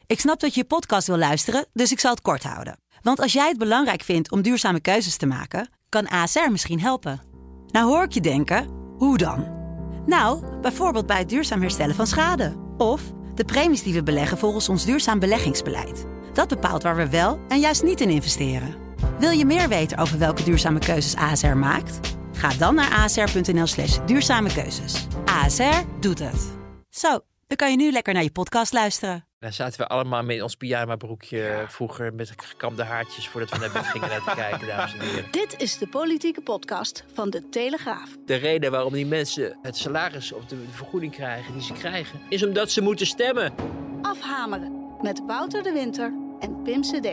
Ik snap dat je podcast wil luisteren, dus ik zal het kort houden. Want als jij het belangrijk vindt om duurzame keuzes te maken, kan ASR misschien helpen. Nou hoor ik je denken, hoe dan? Nou, bijvoorbeeld bij het duurzaam herstellen van schade. Of de premies die we beleggen volgens ons duurzaam beleggingsbeleid. Dat bepaalt waar we wel en juist niet in investeren. Wil je meer weten over welke duurzame keuzes ASR maakt? Ga dan naar asr.nl/duurzame keuzes. ASR doet het. Zo, dan kan je nu lekker naar je podcast luisteren. Dan zaten we allemaal met ons pyjama-broekje vroeger met gekamde haartjes voordat we naar bed gingen naar te kijken, dames en heren. Dit is de politieke podcast van De Telegraaf. De reden waarom die mensen het salaris of de vergoeding krijgen die ze krijgen, is omdat ze moeten stemmen. Afhameren met Wouter de Winter en Pim CD.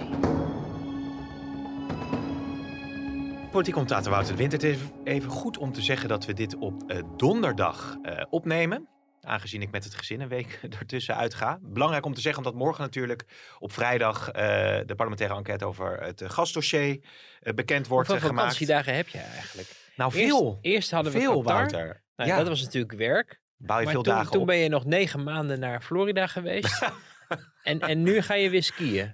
Politiek commentator Wouter de Winter. Het is even goed om te zeggen dat we dit op donderdag opnemen. Aangezien ik met het gezin een week ertussen uitga. Belangrijk om te zeggen, omdat morgen natuurlijk op vrijdag de parlementaire enquête over het gasdossier bekend wordt gemaakt. Hoeveel vakantiedagen heb je eigenlijk? Nou, veel. Eerst hadden we veel, Qatar. Wouter. Nou, dat was natuurlijk werk. Bouw je maar veel toen, dagen toen op. ben je nog 9 maanden naar Florida geweest. en nu ga je weer skiën.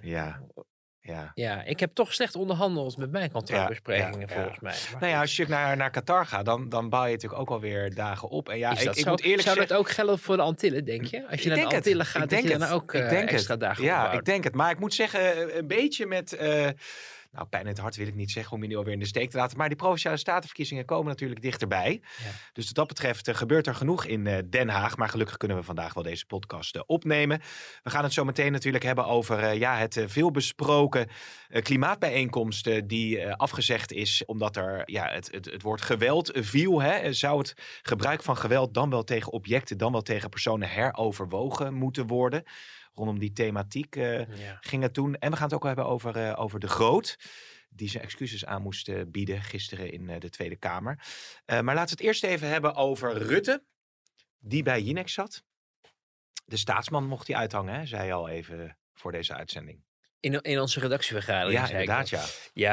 Ja, ik heb toch slecht onderhandeld met mijn contractbesprekingen volgens mij. Maar nou ja, als je naar Qatar gaat, dan bouw je natuurlijk ook alweer dagen op. En ja, ik moet eerlijk zeggen, zou dat ook gelden voor de Antillen, denk je? Als je naar de Antillen gaat, dat je dan ook extra dagen opbouwt. Ja, ik denk het. Maar ik moet zeggen, een beetje met... Nou, pijn in het hart wil ik niet zeggen om je nu alweer in de steek te laten. Maar die Provinciale Statenverkiezingen komen natuurlijk dichterbij. Ja. Dus wat dat betreft gebeurt er genoeg in Den Haag. Maar gelukkig kunnen we vandaag wel deze podcast opnemen. We gaan het zo meteen natuurlijk hebben over het veelbesproken klimaatbijeenkomst die afgezegd is. Omdat er het woord geweld viel. Hè. Zou het gebruik van geweld dan wel tegen objecten, dan wel tegen personen heroverwogen moeten worden? Rondom die thematiek ging het toen. En we gaan het ook hebben over De Groot. Die zijn excuses aan moest bieden gisteren in de Tweede Kamer. Maar laten we het eerst even hebben over Rutte. Die bij Jinek zat. De staatsman mocht hij uithangen, hè? Zei je al even voor deze uitzending. In onze redactievergadering. Ja, inderdaad, ja.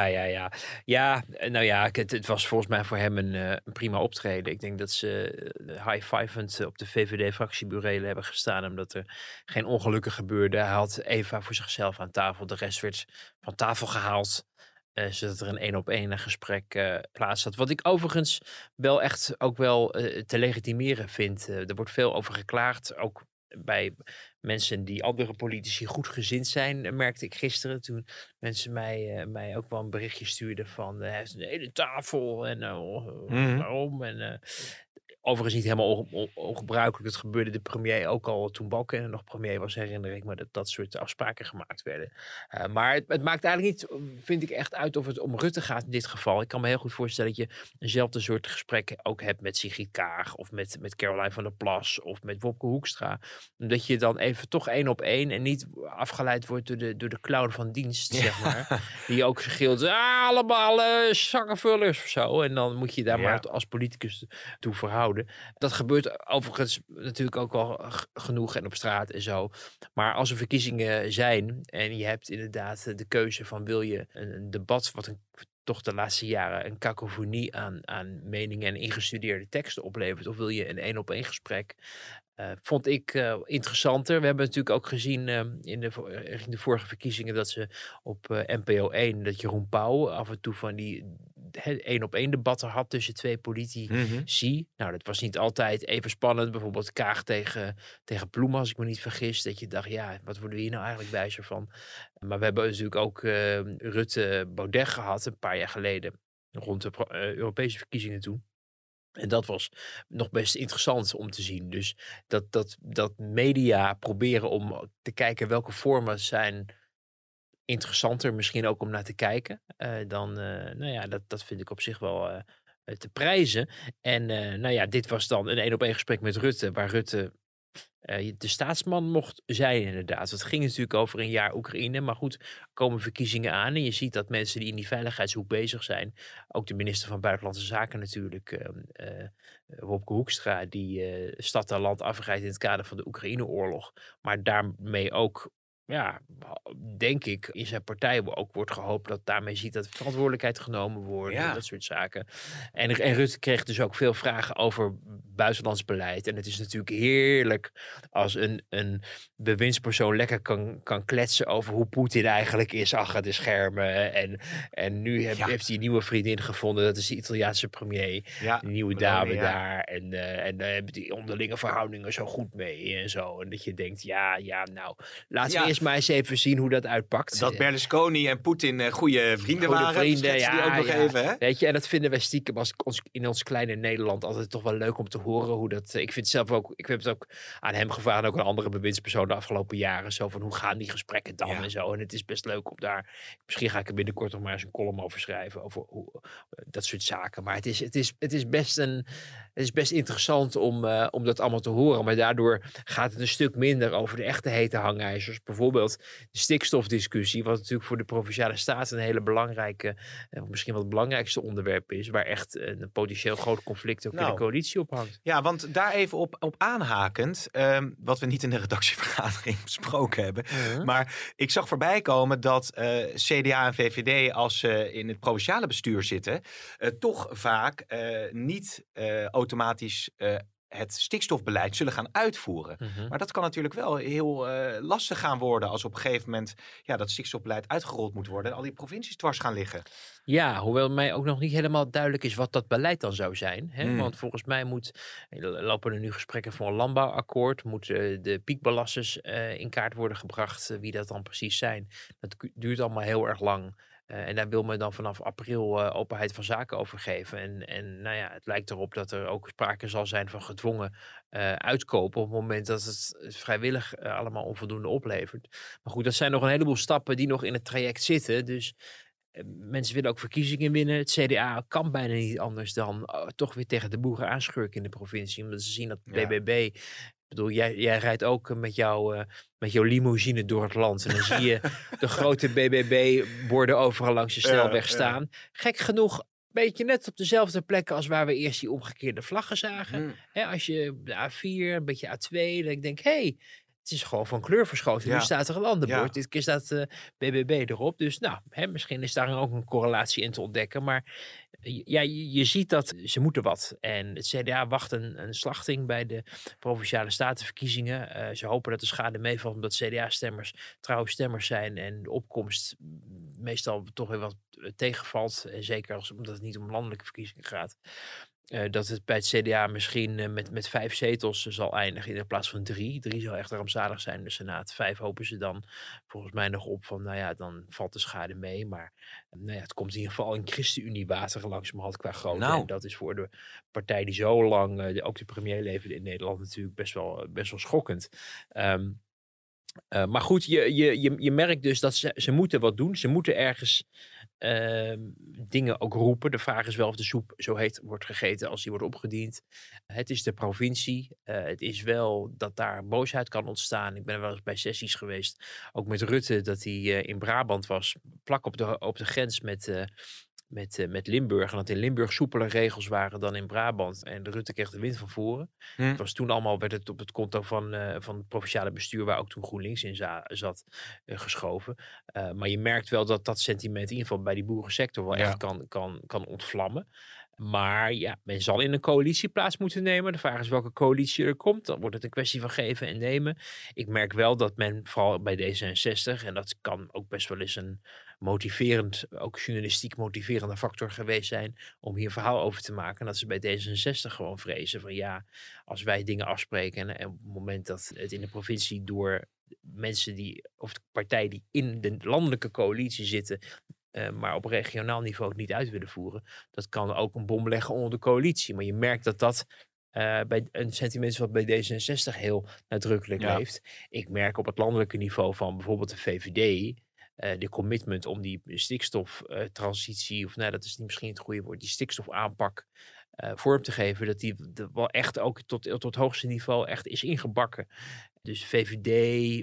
Ja, nou ja, het was volgens mij voor hem een prima optreden. Ik denk dat ze high-fivend op de VVD-fractieburelen hebben gestaan, omdat er geen ongelukken gebeurde. Hij had Eva voor zichzelf aan tafel. De rest werd van tafel gehaald, zodat er een 1-op-1 gesprek plaats had. Wat ik overigens wel echt ook wel te legitimeren vind. Er wordt veel over geklaagd, ook bij mensen die andere politici goedgezind zijn, merkte ik gisteren toen mensen mij ook wel een berichtje stuurden van hij heeft een hele tafel en waarom en overigens niet helemaal ongebruikelijk. Dat gebeurde de premier ook al toen Balkenende nog premier was, herinner ik me dat soort afspraken gemaakt werden. Maar het maakt eigenlijk niet, vind ik echt uit of het om Rutte gaat in dit geval. Ik kan me heel goed voorstellen dat je eenzelfde soort gesprekken ook hebt met Sigrid Kaag of met Caroline van der Plas of met Wopke Hoekstra. Omdat je dan even toch 1-op-1 en niet afgeleid wordt door de clown van dienst, zeg maar. Die ook gilt, allemaal zakkenvullers of zo. En dan moet je daar maar als politicus toe verhouden. Dat gebeurt overigens natuurlijk ook wel genoeg en op straat en zo. Maar als er verkiezingen zijn en je hebt inderdaad de keuze van wil je een debat wat toch de laatste jaren een kakofonie aan meningen en ingestudeerde teksten oplevert, of wil je een 1-op-1 gesprek, vond ik interessanter. We hebben natuurlijk ook gezien in de vorige verkiezingen dat ze op NPO 1, dat Jeroen Pauw af en toe van die 1-op-1 debatten had tussen twee politici. Nou, dat was niet altijd even spannend. Bijvoorbeeld Kaag tegen Ploemen, als ik me niet vergis. Dat je dacht, wat worden we hier nou eigenlijk wijzer van? Maar we hebben natuurlijk ook Rutte-Baudet gehad een paar jaar geleden rond de Europese verkiezingen toen. En dat was nog best interessant om te zien. Dus dat media proberen om te kijken welke vormen zijn interessanter, misschien ook om naar te kijken. Dat vind ik op zich wel te prijzen. En dit was dan een 1-op-1 gesprek met Rutte, waar Rutte de staatsman mocht zijn inderdaad. Het ging natuurlijk over een jaar Oekraïne, maar goed, er komen verkiezingen aan en je ziet dat mensen die in die veiligheidshoek bezig zijn, ook de minister van Buitenlandse Zaken natuurlijk, Wopke Hoekstra, die stad en land afrijdt in het kader van de Oekraïne-oorlog, maar daarmee ook denk ik, in zijn partij ook wordt gehoopt dat daarmee ziet dat verantwoordelijkheid genomen wordt en dat soort zaken. En Rutte kreeg dus ook veel vragen over buitenlands beleid. En het is natuurlijk heerlijk als een bewindspersoon lekker kan kletsen over hoe Poetin eigenlijk is achter de schermen. En nu heeft hij een nieuwe vriendin gevonden, dat is de Italiaanse premier. Ja, een nieuwe dame daar. En daar hebben die onderlinge verhoudingen zo goed mee en zo. En dat je denkt, nou, laten we eerst maar eens even zien hoe dat uitpakt. Dat Berlusconi en Poetin goede vrienden waren. Vrienden, die ook nog even, hè? Weet je, en dat vinden wij stiekem in ons kleine Nederland altijd toch wel leuk om te horen hoe dat. Ik vind zelf ook, ik heb het ook aan hem gevraagd en ook aan andere bewindspersonen de afgelopen jaren. Zo van hoe gaan die gesprekken dan en zo. En het is best leuk om daar. Misschien ga ik er binnenkort nog maar eens een column over schrijven. Over dat soort zaken. Maar het is best interessant om dat allemaal te horen. Maar daardoor gaat het een stuk minder over de echte hete hangijzers. Bijvoorbeeld de stikstofdiscussie, wat natuurlijk voor de Provinciale Staten een hele belangrijke, misschien wel het belangrijkste onderwerp is, waar echt een potentieel groot conflict ook in de coalitie op hangt. Ja, want daar even op aanhakend, wat we niet in de redactievergadering besproken hebben, maar ik zag voorbij komen dat CDA en VVD, als ze in het provinciale bestuur zitten, toch vaak niet automatisch het stikstofbeleid zullen gaan uitvoeren. Maar dat kan natuurlijk wel heel lastig gaan worden als op een gegeven moment dat stikstofbeleid uitgerold moet worden en al die provincies dwars gaan liggen. Ja, hoewel mij ook nog niet helemaal duidelijk is wat dat beleid dan zou zijn. Hè? Want volgens mij lopen er nu gesprekken voor een landbouwakkoord. Moeten de piekbelasters in kaart worden gebracht, wie dat dan precies zijn. Dat duurt allemaal heel erg lang. En daar wil men dan vanaf april openheid van zaken over geven. En het lijkt erop dat er ook sprake zal zijn van gedwongen uitkopen op het moment dat het vrijwillig allemaal onvoldoende oplevert. Maar goed, dat zijn nog een heleboel stappen die nog in het traject zitten. Dus mensen willen ook verkiezingen winnen. Het CDA kan bijna niet anders dan toch weer tegen de boeren aanschurken in de provincie. Omdat ze zien dat BBB... Ik bedoel, jij rijdt ook met jouw limousine door het land. En dan zie je de grote BBB-borden overal langs de snelweg staan. Gek genoeg, beetje net op dezelfde plekken als waar we eerst die omgekeerde vlaggen zagen. Als je de A4, een beetje A2, dan ik denk, het is gewoon van kleur verschoten. Nu staat er een ander bord. Dit keer staat BBB erop. Dus misschien is daar ook een correlatie in te ontdekken. Maar je ziet dat ze moeten wat. En het CDA wacht een slachting bij de Provinciale Statenverkiezingen. Ze hopen dat de schade meevalt omdat CDA-stemmers trouwe stemmers zijn. En de opkomst meestal toch weer wat tegenvalt. En zeker omdat het niet om landelijke verkiezingen gaat. Dat het bij het CDA misschien met 5 zetels zal eindigen in plaats van 3. 3 zal echt rampzalig zijn in de Senaat. 5 hopen ze dan volgens mij nog op van, dan valt de schade mee. Maar het komt in ieder geval in ChristenUnie water langzamerhand qua grootte. En dat is voor de partij die zo lang ook de premier leverde in Nederland natuurlijk best wel schokkend. Maar goed, je merkt dus dat ze moeten wat doen. Ze moeten ergens dingen ook roepen. De vraag is wel of de soep zo heet wordt gegeten als die wordt opgediend. Het is de provincie. Het is wel dat daar boosheid kan ontstaan. Ik ben er wel eens bij sessies geweest. Ook met Rutte, dat hij in Brabant was. Plak op de grens met Limburg. En dat in Limburg soepeler regels waren dan in Brabant. En de Rutte kreeg de wind van voren. Het was toen allemaal, werd het op het konto van het provinciale bestuur, waar ook toen GroenLinks in zat, geschoven. Maar je merkt wel dat sentiment in ieder geval bij die boerensector wel echt kan ontvlammen. Maar men zal in een coalitie plaats moeten nemen. De vraag is welke coalitie er komt. Dan wordt het een kwestie van geven en nemen. Ik merk wel dat men vooral bij D66, en dat kan ook best wel eens een ook journalistiek motiverende factor geweest zijn om hier een verhaal over te maken. En dat ze bij D66 gewoon vrezen van als wij dingen afspreken en op het moment dat het in de provincie door mensen of de partijen die in de landelijke coalitie zitten, maar op regionaal niveau het niet uit willen voeren, dat kan ook een bom leggen onder de coalitie. Maar je merkt dat bij een sentiment wat bij D66 heel nadrukkelijk leeft. Ik merk op het landelijke niveau van bijvoorbeeld de VVD de commitment om die stikstoftransitie, of dat is niet misschien het goede woord, die stikstofaanpak vorm te geven, dat die wel echt ook tot het hoogste niveau echt is ingebakken. Dus VVD,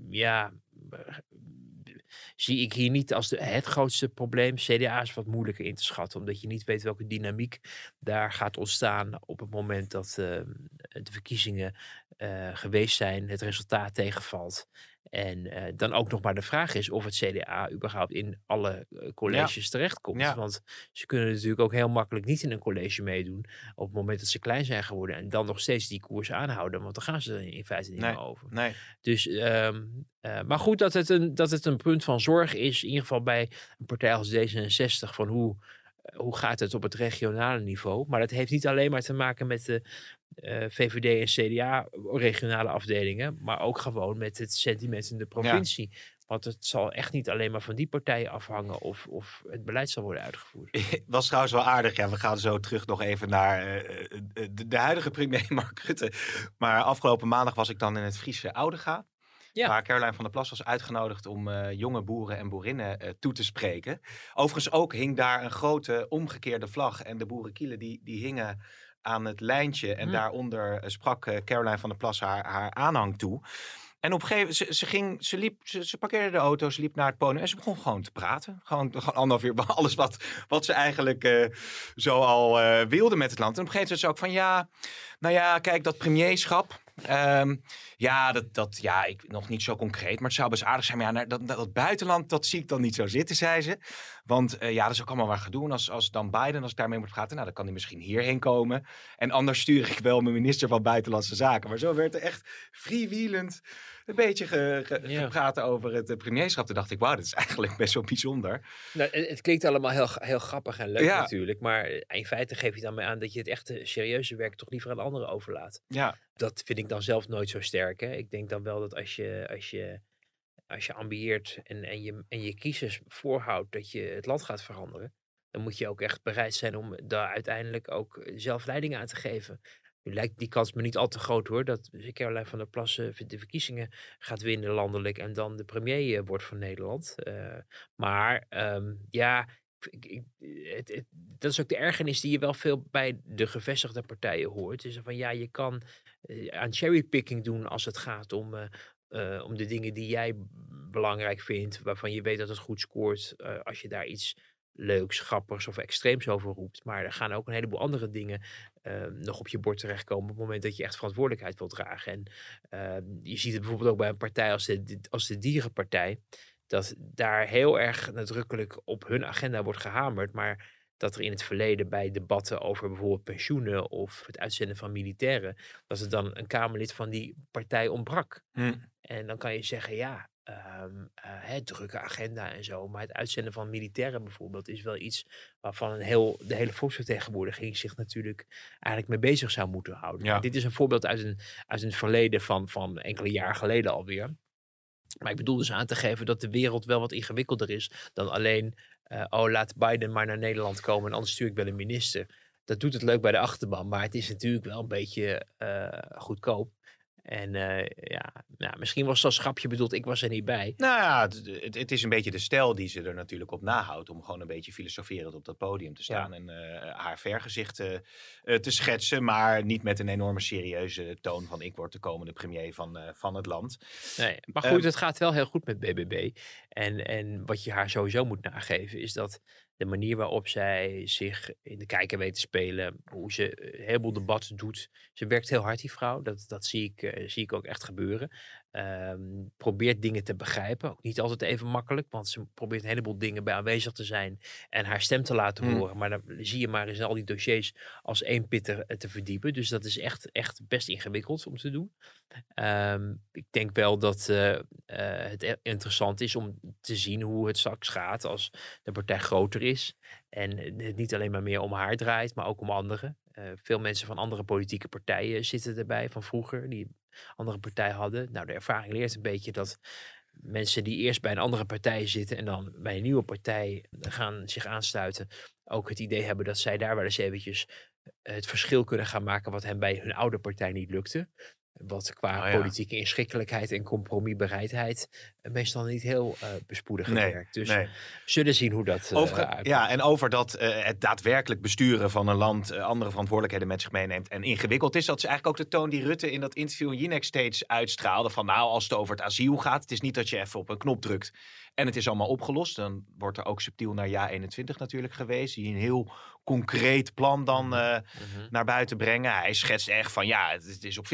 zie ik hier niet als het grootste probleem. CDA is wat moeilijker in te schatten, omdat je niet weet welke dynamiek daar gaat ontstaan op het moment dat de verkiezingen geweest zijn, het resultaat tegenvalt. En dan ook nog maar de vraag is of het CDA überhaupt in alle colleges terechtkomt. Ja. Want ze kunnen natuurlijk ook heel makkelijk niet in een college meedoen op het moment dat ze klein zijn geworden en dan nog steeds die koers aanhouden, want dan gaan ze er in feite niet meer over. Nee. Dus, maar goed dat het een punt van zorg is, in ieder geval bij een partij als D66, van hoe gaat het op het regionale niveau. Maar dat heeft niet alleen maar te maken met de VVD en CDA regionale afdelingen, maar ook gewoon met het sentiment in de provincie. Ja. Want het zal echt niet alleen maar van die partijen afhangen of het beleid zal worden uitgevoerd. Het was trouwens wel aardig. Ja, we gaan zo terug nog even naar de huidige premier Mark Rutte. Maar afgelopen maandag was ik dan in het Friese Oudega. Ja. Waar Caroline van der Plas was uitgenodigd om jonge boeren en boerinnen toe te spreken. Overigens ook hing daar een grote omgekeerde vlag. En de boerenkielen die hingen aan het lijntje. En daaronder sprak Caroline van der Plas haar aanhang toe. En op een gegeven moment, ze parkeerde de auto, ze liep naar het podium en ze begon gewoon te praten. Gewoon 1,5 uur, alles wat ze eigenlijk zo al wilde met het land. En op een gegeven moment zei ze ook van kijk, dat premierschap. Ik nog niet zo concreet, maar het zou best aardig zijn. Maar dat buitenland, dat zie ik dan niet zo zitten, zei ze. Want dat is ook allemaal waar gedoe. Als dan Biden, als ik daarmee moet praten, dan kan hij misschien hierheen komen. En anders stuur ik wel mijn minister van Buitenlandse Zaken. Maar zo werd er echt freewheelend een beetje gepraat over het premierschap. Toen dacht ik, wauw, dat is eigenlijk best wel bijzonder. Nou, het klinkt allemaal heel grappig en leuk natuurlijk. Maar in feite geef je dan mee aan dat je het echte serieuze werk toch liever aan anderen overlaat. Ja. Dat vind ik dan zelf nooit zo sterk. Hè? Ik denk dan wel dat als je ambieert en je kiezers voorhoudt dat je het land gaat veranderen, dan moet je ook echt bereid zijn om daar uiteindelijk ook zelf leiding aan te geven. Nu lijkt die kans me niet al te groot hoor, dat Caroline van der Plas de verkiezingen gaat winnen landelijk en dan de premier wordt van Nederland. Dat is ook de ergernis die je wel veel bij de gevestigde partijen hoort. Het is van je kan aan cherrypicking doen als het gaat om de dingen die jij belangrijk vindt, waarvan je weet dat het goed scoort als je daar iets leuks, grappigs of extreems over roept. Maar er gaan ook een heleboel andere dingen nog op je bord terechtkomen op het moment dat je echt verantwoordelijkheid wilt dragen. En je ziet het bijvoorbeeld ook bij een partij als de Dierenpartij, dat daar heel erg nadrukkelijk op hun agenda wordt gehamerd, maar dat er in het verleden bij debatten over bijvoorbeeld pensioenen of het uitzenden van militairen, dat er dan een Kamerlid van die partij ontbrak. En dan kan je zeggen, drukke agenda en zo, maar het uitzenden van militairen bijvoorbeeld is wel iets waarvan de hele volksvertegenwoordiging zich natuurlijk eigenlijk mee bezig zou moeten houden. Ja. Dit is een voorbeeld uit een verleden van enkele jaar geleden alweer. Maar ik bedoel dus aan te geven dat de wereld wel wat ingewikkelder is dan alleen laat Biden maar naar Nederland komen en anders stuur ik wel een minister. Dat doet het leuk bij de achterban, maar het is natuurlijk wel een beetje goedkoop. En misschien was dat grapje bedoeld, ik was er niet bij. Nou ja, het is een beetje de stijl die ze er natuurlijk op nahoudt. Om gewoon een beetje filosoferend op dat podium te staan. Ja. En haar vergezicht te schetsen. Maar niet met een enorme serieuze toon van ik word de komende premier van het land. Nee, maar goed, het gaat wel heel goed met BBB. En wat je haar sowieso moet nageven is dat de manier waarop zij zich in de kijker weet te spelen, hoe ze een heleboel debatten doet. Ze werkt heel hard, die vrouw. Dat zie ik ook echt gebeuren. Probeert dingen te begrijpen. Ook niet altijd even makkelijk, want ze probeert een heleboel dingen bij aanwezig te zijn en haar stem te laten horen. Maar dan zie je maar eens in al die dossiers als één pitter te verdiepen. Dus dat is echt best ingewikkeld om te doen. Ik denk wel dat het interessant is om te zien hoe het straks gaat als de partij groter is. En het niet alleen maar meer om haar draait, maar ook om anderen. Veel mensen van andere politieke partijen zitten erbij van vroeger, die een andere partij hadden. Nou, de ervaring leert een beetje dat mensen die eerst bij een andere partij zitten en dan bij een nieuwe partij gaan zich aansluiten, ook het idee hebben dat zij daar wel eens eventjes het verschil kunnen gaan maken wat hen bij hun oude partij niet lukte. Wat qua politieke inschikkelijkheid en compromisbereidheid meestal niet heel bespoedig werkt. Dus we zullen zien hoe dat uitkomt. Ja, en over dat het daadwerkelijk besturen van een land andere verantwoordelijkheden met zich meeneemt en ingewikkeld is. Dat is eigenlijk ook de toon die Rutte in dat interview in Jinek steeds uitstraalde. Van als het over het asiel gaat, het is niet dat je even op een knop drukt en het is allemaal opgelost. Dan wordt er ook subtiel naar jaar 21 natuurlijk geweest. Die een heel concreet plan dan naar buiten brengen. Hij schetst echt van het is op veel schijven.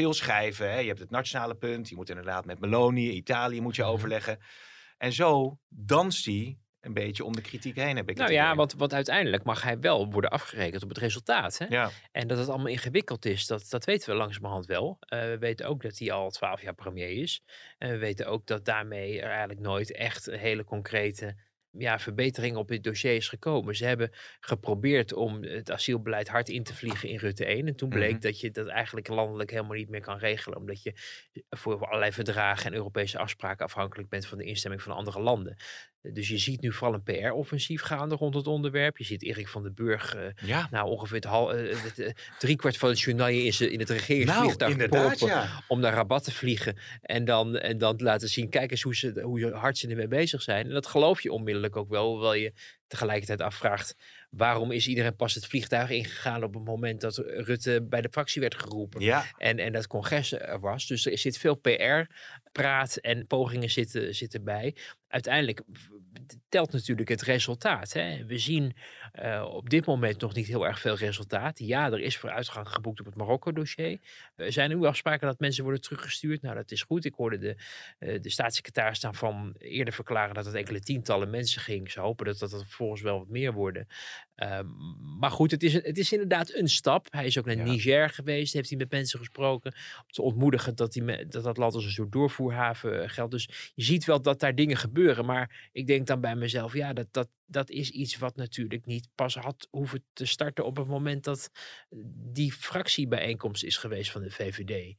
schrijven. Hè? Je hebt het nationale punt. Je moet inderdaad met Meloni, Italië moet je overleggen. En zo danst hij een beetje om de kritiek heen, heb ik Nou het ja, idee. want uiteindelijk mag hij wel worden afgerekend op het resultaat. Hè? Ja, En dat het allemaal ingewikkeld is, dat weten we langzamerhand wel. We weten ook dat hij al 12 jaar premier is. En we weten ook dat daarmee er eigenlijk nooit echt een hele concrete verbetering op dit dossier is gekomen. Ze hebben geprobeerd om het asielbeleid hard in te vliegen in Rutte 1. En toen bleek dat je dat eigenlijk landelijk helemaal niet meer kan regelen. Omdat je voor allerlei verdragen en Europese afspraken afhankelijk bent van de instemming van andere landen. Dus je ziet nu vooral een PR-offensief gaande rond het onderwerp. Je ziet Erik van den Burg, ongeveer driekwart van het journaal in het regeringsvliegtuig proppen om naar Rabat te vliegen. En dan laten zien, kijk eens hoe hard ze ermee bezig zijn. En dat geloof je onmiddellijk ook wel, hoewel je tegelijkertijd afvraagt, waarom is iedereen pas het vliegtuig ingegaan op het moment dat Rutte bij de fractie werd geroepen en dat congres er was. Dus er zit veel PR-praat en pogingen zitten bij. Uiteindelijk telt natuurlijk het resultaat. Hè? We zien op dit moment nog niet heel erg veel resultaat. Ja, er is vooruitgang geboekt op het Marokko-dossier. Zijn er nu afspraken dat mensen worden teruggestuurd? Nou, dat is goed. Ik hoorde de staatssecretaris daarvan eerder verklaren dat het enkele tientallen mensen ging. Ze hopen dat vervolgens wel wat meer worden. Maar goed, het is inderdaad een stap. Hij is ook naar Niger geweest, heeft hij met mensen gesproken om te ontmoedigen dat land als een soort doorvoerhaven geldt. Dus je ziet wel dat daar dingen gebeuren, maar ik denk dan bij mezelf, dat is iets wat natuurlijk niet pas had hoeven te starten op het moment dat die fractiebijeenkomst is geweest van de VVD.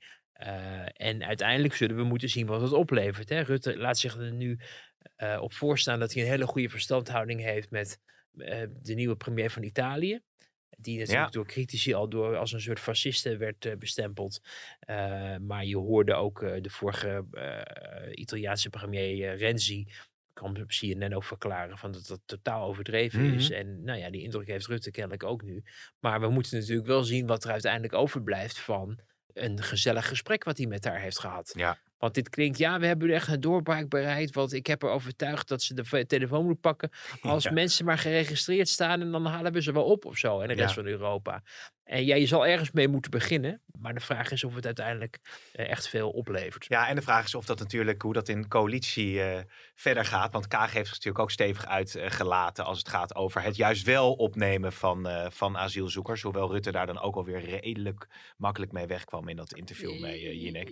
En uiteindelijk zullen we moeten zien wat het oplevert. Hè? Rutte laat zich er nu op voorstaan dat hij een hele goede verstandhouding heeft met de nieuwe premier van Italië. Die natuurlijk door critici al als een soort fasciste werd bestempeld. Maar je hoorde ook de vorige Italiaanse premier Renzi kwam op CNN ook verklaren van dat dat totaal overdreven is. En die indruk heeft Rutte kennelijk ook nu. Maar we moeten natuurlijk wel zien wat er uiteindelijk overblijft van een gezellig gesprek wat hij met haar heeft gehad. Ja. Want dit klinkt, we hebben echt een doorbraak bereikt, want ik heb er overtuigd dat ze de telefoon moet pakken als mensen maar geregistreerd staan en dan halen we ze wel op of zo in de rest van Europa. En je zal ergens mee moeten beginnen, maar de vraag is of het uiteindelijk echt veel oplevert. Ja, en de vraag is of dat natuurlijk, hoe dat in coalitie verder gaat. Want Kaag heeft zich natuurlijk ook stevig uitgelaten als het gaat over het juist wel opnemen van asielzoekers. Hoewel Rutte daar dan ook alweer redelijk makkelijk mee wegkwam in dat interview met Jinek.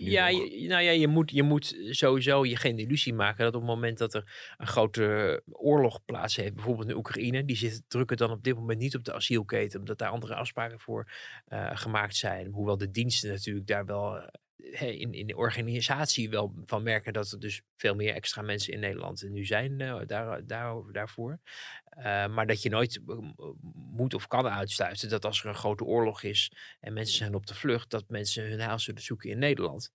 Je moet sowieso je geen illusie maken dat op het moment dat er een grote oorlog plaats heeft, bijvoorbeeld in Oekraïne, die drukken dan op dit moment niet op de asielketen, omdat daar andere afspraken voor gemaakt zijn. Hoewel de diensten natuurlijk daar wel in de organisatie wel van merken dat er dus veel meer extra mensen in Nederland nu zijn daarvoor. Maar dat je nooit moet of kan uitsluiten dat als er een grote oorlog is en mensen zijn op de vlucht, dat mensen hun heil zullen zoeken in Nederland.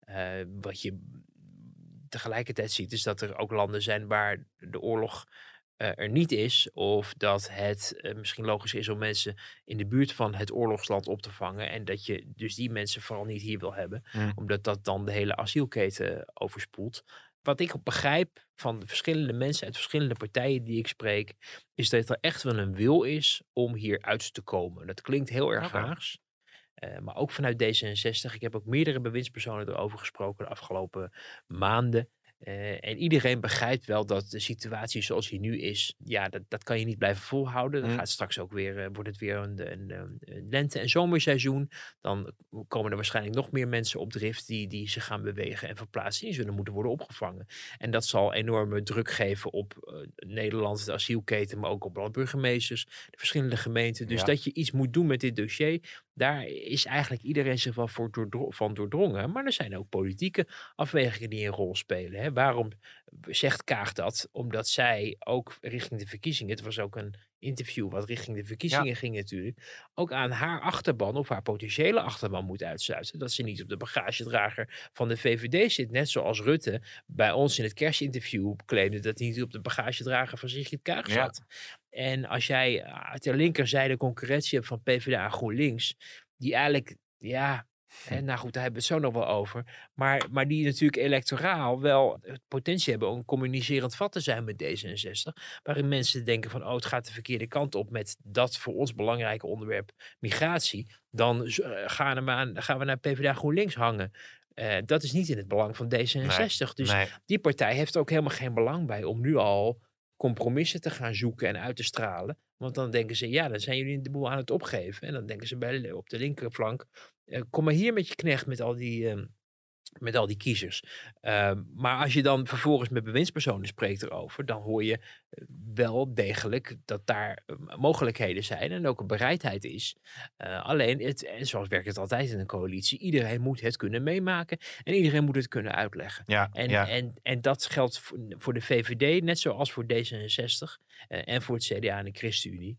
Wat je tegelijkertijd ziet is dat er ook landen zijn waar de oorlog er niet is, of dat het misschien logisch is om mensen in de buurt van het oorlogsland op te vangen en dat je dus die mensen vooral niet hier wil hebben, omdat dat dan de hele asielketen overspoelt. Wat ik begrijp van de verschillende mensen uit verschillende partijen die ik spreek, is dat er echt wel een wil is om hier uit te komen. Dat klinkt heel erg Haags. Maar ook vanuit D66. Ik heb ook meerdere bewindspersonen erover gesproken de afgelopen maanden. En iedereen begrijpt wel dat de situatie zoals die nu is, dat kan je niet blijven volhouden. Dan gaat straks ook wordt het weer een lente- en zomerseizoen. Dan komen er waarschijnlijk nog meer mensen op drift die zich gaan bewegen en verplaatsen. Die zullen moeten worden opgevangen. En dat zal enorme druk geven op Nederland, de asielketen, maar ook op alle burgemeesters, de verschillende gemeenten. Dus dat je iets moet doen met dit dossier, daar is eigenlijk iedereen zich wel van doordrongen. Maar er zijn ook politieke afwegingen die een rol spelen. Hè? Waarom zegt Kaag dat? Omdat zij ook richting de verkiezingen, het was ook een interview wat richting de verkiezingen ging natuurlijk, ook aan haar achterban of haar potentiële achterban moet uitsluiten. Dat ze niet op de bagagedrager van de VVD zit. Net zoals Rutte bij ons in het kerstinterview claimde dat hij niet op de bagagedrager van Sigrid Kaag zat. En als jij ter linkerzijde concurrentie hebt van PvdA en GroenLinks, die eigenlijk En nou goed, daar hebben we het zo nog wel over. Maar die natuurlijk electoraal wel het potentie hebben om een communicerend vat te zijn met D66. Waarin mensen denken van, het gaat de verkeerde kant op met dat voor ons belangrijke onderwerp migratie. Dan gaan we naar PvdA GroenLinks hangen. Dat is niet in het belang van D66. Dus die partij heeft er ook helemaal geen belang bij om nu al compromissen te gaan zoeken en uit te stralen. Want dan denken ze, dan zijn jullie de boel aan het opgeven. En dan denken ze op de linkerflank, kom maar hier met je knecht met al die kiezers. Maar als je dan vervolgens met bewindspersonen spreekt erover, dan hoor je wel degelijk dat daar mogelijkheden zijn en ook een bereidheid is. Alleen, en zoals werkt het altijd in een coalitie, iedereen moet het kunnen meemaken en iedereen moet het kunnen uitleggen. En dat geldt voor de VVD, net zoals voor D66 en voor het CDA en de ChristenUnie.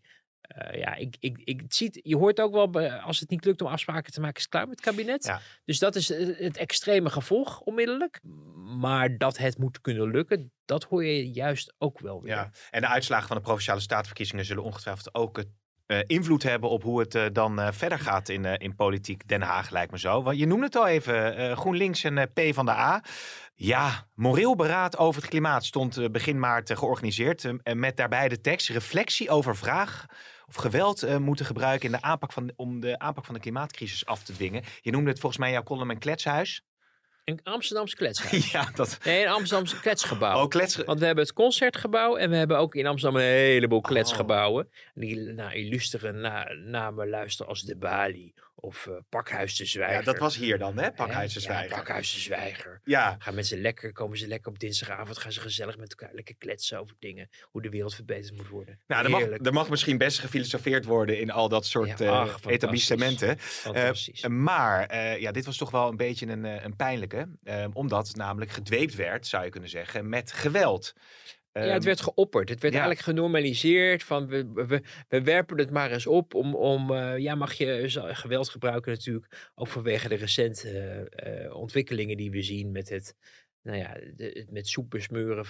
Je hoort ook wel, als het niet lukt om afspraken te maken, is het klaar met het kabinet. Ja. Dus dat is het extreme gevolg onmiddellijk. Maar dat het moet kunnen lukken, dat hoor je juist ook wel weer. Ja. En de uitslagen van de Provinciale Statenverkiezingen zullen ongetwijfeld ook invloed hebben op hoe het dan verder gaat in politiek Den Haag, lijkt me zo. Want je noemde het al even, GroenLinks en PvdA. Ja, moreel beraad over het klimaat stond begin maart georganiseerd. Met daarbij de tekst reflectie over vraag of geweld moeten gebruiken in om de aanpak van de klimaatcrisis af te dwingen. Je noemde het volgens mij in jouw column een kletshuis. Een Amsterdamse kletshuis. Nee, een Amsterdamse kletsgebouw. Want we hebben het Concertgebouw en we hebben ook in Amsterdam een heleboel kletsgebouwen. Die naar illustere namen luisteren als De Bali of Pakhuis de Zwijger. Ja, dat was hier dan, hè? Pakhuis de Zwijger. Ja, Pakhuis de Zwijger. Ja. Komen ze lekker op dinsdagavond, gaan ze gezellig met elkaar lekker kletsen over dingen. Hoe de wereld verbeterd moet worden. Nou, er mag misschien best gefilosofeerd worden in al dat soort etablissementen. Maar dit was toch wel een beetje een pijnlijke. Omdat namelijk gedweept werd, zou je kunnen zeggen, met geweld. Het werd geopperd. Het werd eigenlijk genormaliseerd. Van we werpen het maar eens op mag je geweld gebruiken natuurlijk. Ook vanwege de recente ontwikkelingen die we zien met het met soep besmeuren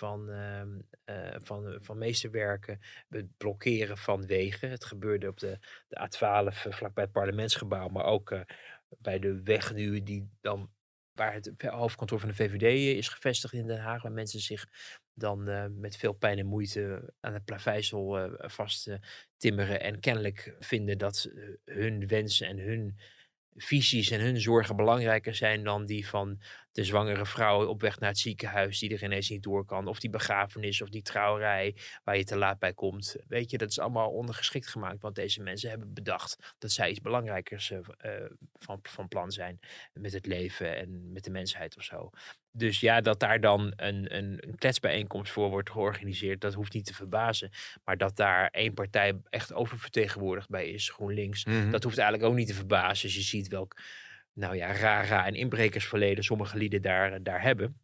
van meesterwerken, het blokkeren van wegen. Het gebeurde op de A12 vlakbij het parlementsgebouw, maar ook bij de weg nu waar het hoofdkantoor van de VVD is gevestigd in Den Haag, waar mensen zich dan met veel pijn en moeite aan het plaveisel vast timmeren en kennelijk vinden dat hun wensen en hun visies en hun zorgen belangrijker zijn dan die van de zwangere vrouw op weg naar het ziekenhuis die er ineens niet door kan. Of die begrafenis of die trouwerij waar je te laat bij komt. Weet je, dat is allemaal ondergeschikt gemaakt. Want deze mensen hebben bedacht dat zij iets belangrijkers van plan zijn met het leven en met de mensheid of zo. Dus dat daar dan een kletsbijeenkomst voor wordt georganiseerd, dat hoeft niet te verbazen. Maar dat daar één partij echt oververtegenwoordigd bij is, GroenLinks, dat hoeft eigenlijk ook niet te verbazen. Als je ziet welk rara en inbrekersverleden sommige lieden daar hebben.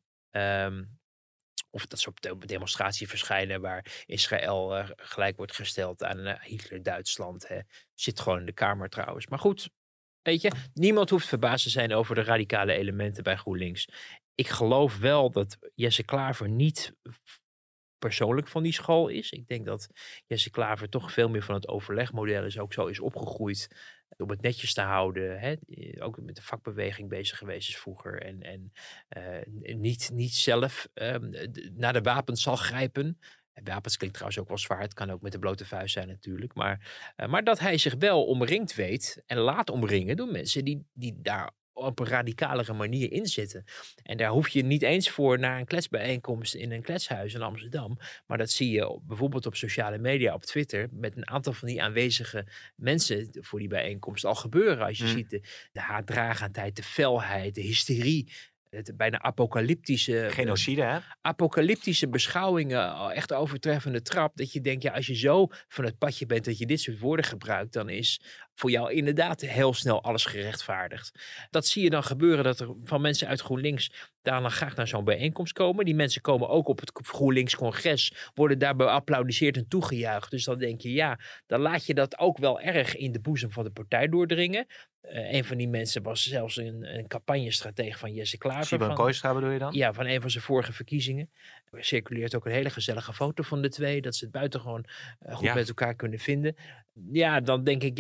Of dat ze op de demonstratie verschijnen waar Israël gelijk wordt gesteld aan Hitler-Duitsland. Zit gewoon in de Kamer trouwens. Maar goed, weet je, niemand hoeft verbaasd te zijn over de radicale elementen bij GroenLinks. Ik geloof wel dat Jesse Klaver niet persoonlijk van die school is. Ik denk dat Jesse Klaver toch veel meer van het overlegmodel is, ook zo is opgegroeid om het netjes te houden. Ook met de vakbeweging bezig geweest is vroeger. En niet zelf naar de wapens zal grijpen. Wapens klinkt trouwens ook wel zwaar. Het kan ook met de blote vuist zijn natuurlijk. Maar dat hij zich wel omringd weet en laat omringen door mensen die daar op een radicalere manier inzitten. En daar hoef je niet eens voor naar een kletsbijeenkomst in een kletshuis in Amsterdam. Maar dat zie je bijvoorbeeld op sociale media, op Twitter, met een aantal van die aanwezige mensen voor die bijeenkomst al gebeuren. Als je ziet de haatdragendheid, de felheid, de hysterie, het bijna apocalyptische genocide, hè? Apocalyptische beschouwingen, echt overtreffende trap. Dat je denkt, als je zo van het padje bent dat je dit soort woorden gebruikt, dan is voor jou inderdaad heel snel alles gerechtvaardigd. Dat zie je dan gebeuren, dat er van mensen uit GroenLinks daar dan graag naar zo'n bijeenkomst komen. Die mensen komen ook op het GroenLinks-congres, worden daarbij geapplaudiseerd en toegejuicht. Dus dan denk je, dan laat je dat ook wel erg in de boezem van de partij doordringen. Een van die mensen was zelfs een campagnestratege van Jesse Klaver. Simon Kooistra bedoel je dan? Ja, van een van zijn vorige verkiezingen. Er circuleert ook een hele gezellige foto van de twee. Dat ze het buitengewoon goed met elkaar kunnen vinden. Ja, dan denk ik,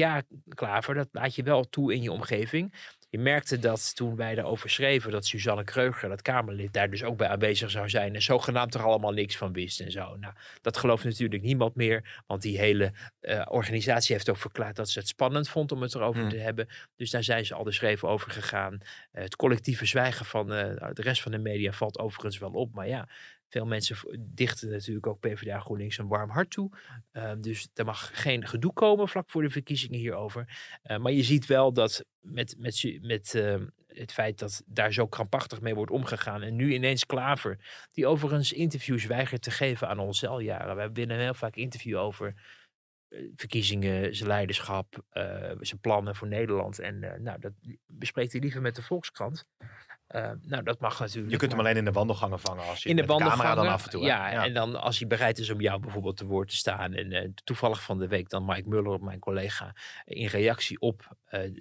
Klaver, dat laat je wel toe in je omgeving. Je merkte dat toen wij daarover schreven, dat Suzanne Kreuger, dat Kamerlid, daar dus ook bij aanwezig zou zijn en zogenaamd er allemaal niks van wist en zo. Nou, dat gelooft natuurlijk niemand meer, want die hele organisatie heeft ook verklaard dat ze het spannend vond om het erover te hebben. Dus daar zijn ze al de schreven over gegaan. Het collectieve zwijgen van de rest van de media valt overigens wel op, maar ja, veel mensen dichten natuurlijk ook PvdA GroenLinks een warm hart toe. Dus er mag geen gedoe komen vlak voor de verkiezingen hierover. Maar je ziet wel dat met het feit dat daar zo krampachtig mee wordt omgegaan. En nu ineens Klaver, die overigens interviews weigert te geven aan ons jaren. We winnen heel vaak interview over verkiezingen, zijn leiderschap, zijn plannen voor Nederland. En dat bespreekt hij liever met de Volkskrant. Dat mag natuurlijk. Je kunt hem alleen in de wandelgangen vangen als je in de met de camera dan af en toe. Ja, en dan als hij bereid is om jou bijvoorbeeld te woord te staan. En toevallig van de week dan Mike Muller, mijn collega, in reactie op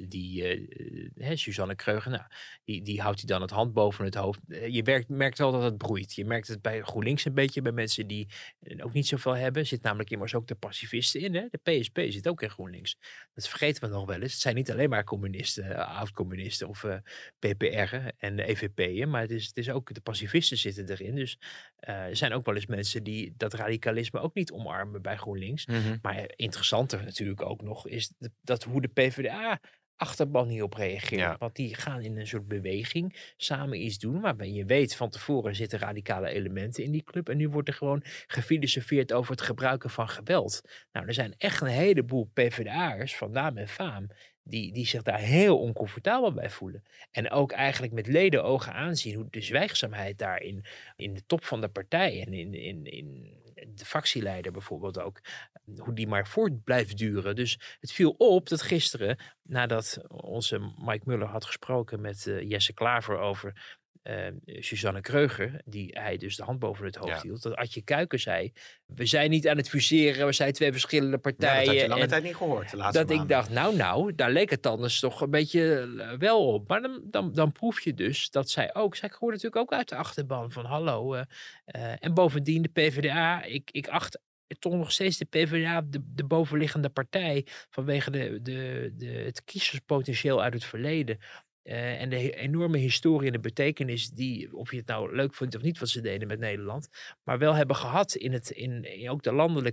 Suzanne Kreuger. Nou, die houdt hij dan het hand boven het hoofd. Je merkt wel dat het broeit. Je merkt het bij GroenLinks een beetje, bij mensen die ook niet zoveel hebben. Zit namelijk immers ook de pacifisten in. Hè? De PSP zit ook in GroenLinks. Dat vergeten we nog wel eens. Het zijn niet alleen maar communisten, oud-communisten of PPR'en en de EVP'en, maar het is ook de pacifisten zitten erin. Dus er zijn ook wel eens mensen die dat radicalisme ook niet omarmen bij GroenLinks. Maar interessanter natuurlijk ook nog is dat hoe de PvdA achterban hierop reageren. Ja. Want die gaan in een soort beweging samen iets doen, waarbij je weet van tevoren zitten radicale elementen in die club en nu wordt er gewoon gefilosofeerd over het gebruiken van geweld. Nou, er zijn echt een heleboel PvdA'ers van naam en faam die zich daar heel oncomfortabel bij voelen. En ook eigenlijk met ledenogen aanzien hoe de zwijgzaamheid daar in de top van de partij en in de fractieleider bijvoorbeeld ook, hoe die maar voort blijft duren. Dus het viel op dat gisteren, nadat onze Mike Muller had gesproken met Jesse Klaver over Suzanne Kreuger, die hij dus de hand boven het hoofd hield, dat Adje Kuiken zei, we zijn niet aan het fuseren, we zijn twee verschillende partijen. Ja, dat had je lange tijd niet gehoord, de laatste maanden. Ik dacht, nou, daar leek het anders toch een beetje wel op. Maar dan proef je dus dat zij hoorde natuurlijk ook uit de achterban van hallo. En bovendien de PvdA, ik acht toch nog steeds de PvdA de bovenliggende partij vanwege het kiezerspotentieel uit het verleden. En de enorme historie en de betekenis die, of je het nou leuk vindt of niet wat ze deden met Nederland, maar wel hebben gehad in ook de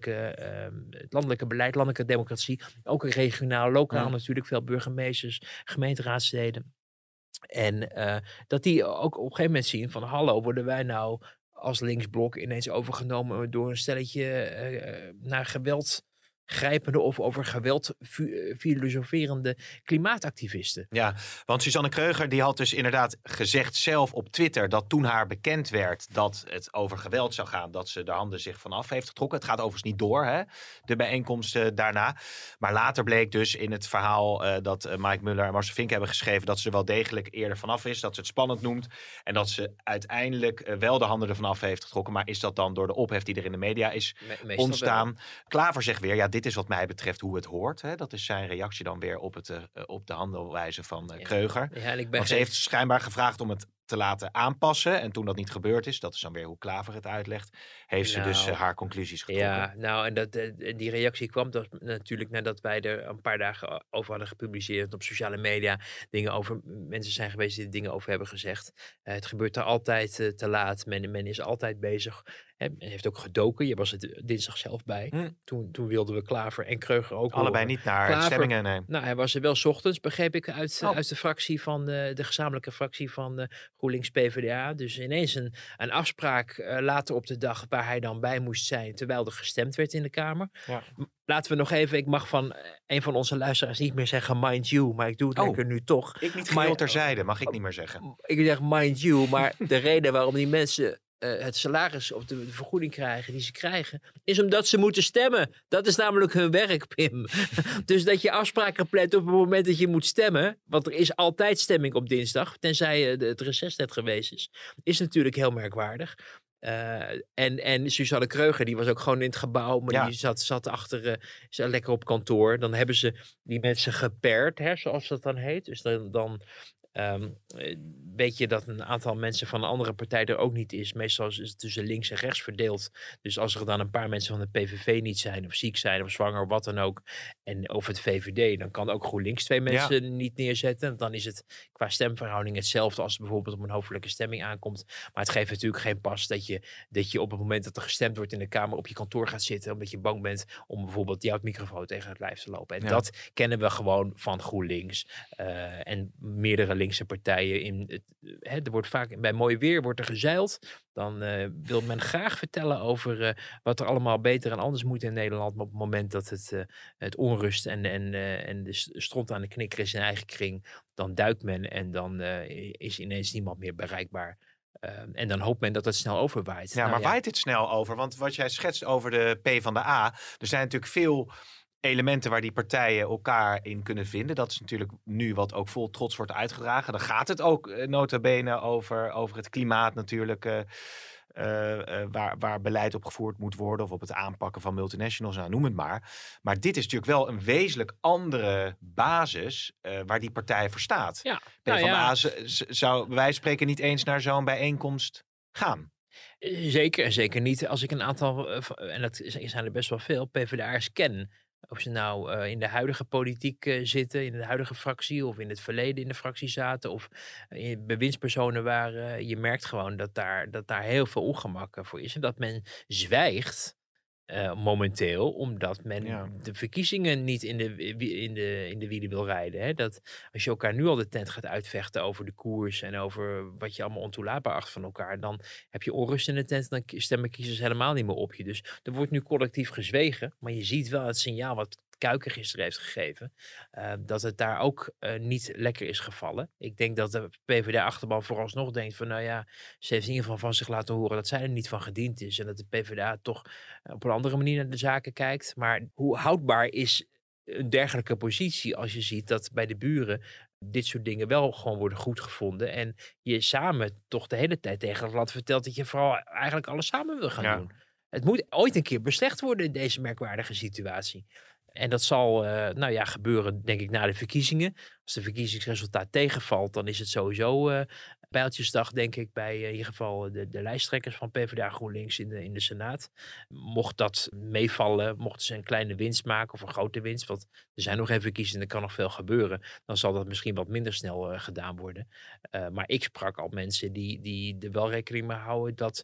het landelijke beleid, landelijke democratie, ook regionaal, lokaal natuurlijk, veel burgemeesters, gemeenteraadsleden. En dat die ook op een gegeven moment zien van hallo, worden wij nou als linksblok ineens overgenomen door een stelletje naar geweld grijpende of over geweld filosoferende klimaatactivisten. Ja, want Suzanne Kreuger die had dus inderdaad gezegd zelf op Twitter dat toen haar bekend werd dat het over geweld zou gaan, dat ze de handen zich vanaf heeft getrokken. Het gaat overigens niet door, hè, de bijeenkomsten daarna. Maar later bleek dus in het verhaal dat Mike Muller en Marcel Fink hebben geschreven dat ze er wel degelijk eerder vanaf is, dat ze het spannend noemt en dat ze uiteindelijk wel de handen ervan af heeft getrokken. Maar is dat dan door de ophef die er in de media is ontstaan? Klaver zegt weer, ja, dit is wat mij betreft hoe het hoort. Hè? Dat is zijn reactie dan weer op de handelwijze van Kreuger. Ja, want ze heeft schijnbaar gevraagd om het te laten aanpassen. En toen dat niet gebeurd is, dat is dan weer hoe Klaver het uitlegt, heeft ze dus haar conclusies getrokken. Ja, en die reactie kwam natuurlijk nadat wij er een paar dagen over hadden gepubliceerd op sociale media. Mensen zijn geweest die er dingen over hebben gezegd. Het gebeurt er altijd te laat. Men is altijd bezig. Men heeft ook gedoken. Je was er dinsdag zelf bij. Toen wilden we Klaver en Kreuger ook allebei horen. niet naar stemmingen, nee. Nou, hij was er wel 's ochtends, begreep ik, uit de fractie van de gezamenlijke fractie van GroenLinks PvdA. Dus ineens een afspraak later op de dag waar hij dan bij moest zijn, terwijl er gestemd werd in de Kamer. Ja. Laten we nog even, ik mag van een van onze luisteraars niet meer zeggen mind you, maar ik doe het lekker nu toch. Ik niet geheel terzijde, mag ik niet meer zeggen. Ik zeg mind you, maar de reden waarom die mensen het salaris of de vergoeding krijgen die ze krijgen, is omdat ze moeten stemmen. Dat is namelijk hun werk, Pim. Dus dat je afspraken plant op het moment dat je moet stemmen, want er is altijd stemming op dinsdag, tenzij het reces net geweest is natuurlijk heel merkwaardig. En Suzanne Kreuger, die was ook gewoon in het gebouw, maar die zat achter, lekker op kantoor. Dan hebben ze die mensen gepaired, zoals dat dan heet. Dus dan weet je dat een aantal mensen van een andere partij er ook niet is. Meestal is het tussen links en rechts verdeeld. Dus als er dan een paar mensen van de PVV niet zijn, of ziek zijn, of zwanger, of wat dan ook, of het VVD, dan kan ook GroenLinks 2 mensen niet neerzetten. Dan is het qua stemverhouding hetzelfde als het bijvoorbeeld op een hoofdelijke stemming aankomt. Maar het geeft natuurlijk geen pas dat je op het moment dat er gestemd wordt in de Kamer op je kantoor gaat zitten, omdat je bang bent om bijvoorbeeld jouw microfoon tegen het lijf te lopen. En dat kennen we gewoon van GroenLinks en meerdere linkse partijen. Er wordt vaak bij mooi weer wordt er gezeild. Dan wil men graag vertellen over wat er allemaal beter en anders moet in Nederland. Maar op het moment dat het onrust en de stront aan de knikker is in eigen kring, dan duikt men en dan is ineens niemand meer bereikbaar. En dan hoopt men dat het snel overwaait. Ja, maar waait het snel over? Want wat jij schetst over de PvdA, er zijn natuurlijk veel elementen waar die partijen elkaar in kunnen vinden. Dat is natuurlijk nu wat ook vol trots wordt uitgedragen. Dan gaat het ook nota bene over het klimaat natuurlijk. Waar beleid op gevoerd moet worden. Of op het aanpakken van multinationals. Nou, noem het maar. Maar dit is natuurlijk wel een wezenlijk andere basis waar die partij voor staat. Ja, PvdA zou bij wijze van spreken niet eens naar zo'n bijeenkomst gaan. Zeker en zeker niet. Als ik een aantal, en dat zijn er best wel veel, PvdA'ers ken. Of ze nou in de huidige politiek zitten, in de huidige fractie, of in het verleden in de fractie zaten, of bewindspersonen waren. Je merkt gewoon dat daar heel veel ongemak voor is. En dat men zwijgt momenteel, omdat men de verkiezingen niet in de wielen wil rijden. Hè? Dat als je elkaar nu al de tent gaat uitvechten over de koers en over wat je allemaal ontoelaatbaar acht van elkaar, dan heb je onrust in de tent en dan stemmen kiezers helemaal niet meer op je. Dus er wordt nu collectief gezwegen, maar je ziet wel het signaal wat Kuiken gisteren heeft gegeven, dat het daar ook niet lekker is gevallen. Ik denk dat de PvdA-achterban vooralsnog denkt van, nou ja, ze heeft in ieder geval van zich laten horen dat zij er niet van gediend is en dat de PvdA toch op een andere manier naar de zaken kijkt. Maar hoe houdbaar is een dergelijke positie als je ziet dat bij de buren dit soort dingen wel gewoon worden goed gevonden en je samen toch de hele tijd tegen het land vertelt dat je vooral eigenlijk alles samen wil gaan doen. Het moet ooit een keer beslecht worden in deze merkwaardige situatie. En dat zal gebeuren, denk ik, na de verkiezingen. Als de verkiezingsresultaat tegenvalt, dan is het sowieso pijltjesdag, denk ik, bij in ieder geval de lijsttrekkers van PvdA GroenLinks in de Senaat. Mocht dat meevallen, mochten ze een kleine winst maken of een grote winst, want er zijn nog geen verkiezingen, er kan nog veel gebeuren, dan zal dat misschien wat minder snel gedaan worden. Maar ik sprak al mensen die er wel rekening mee houden dat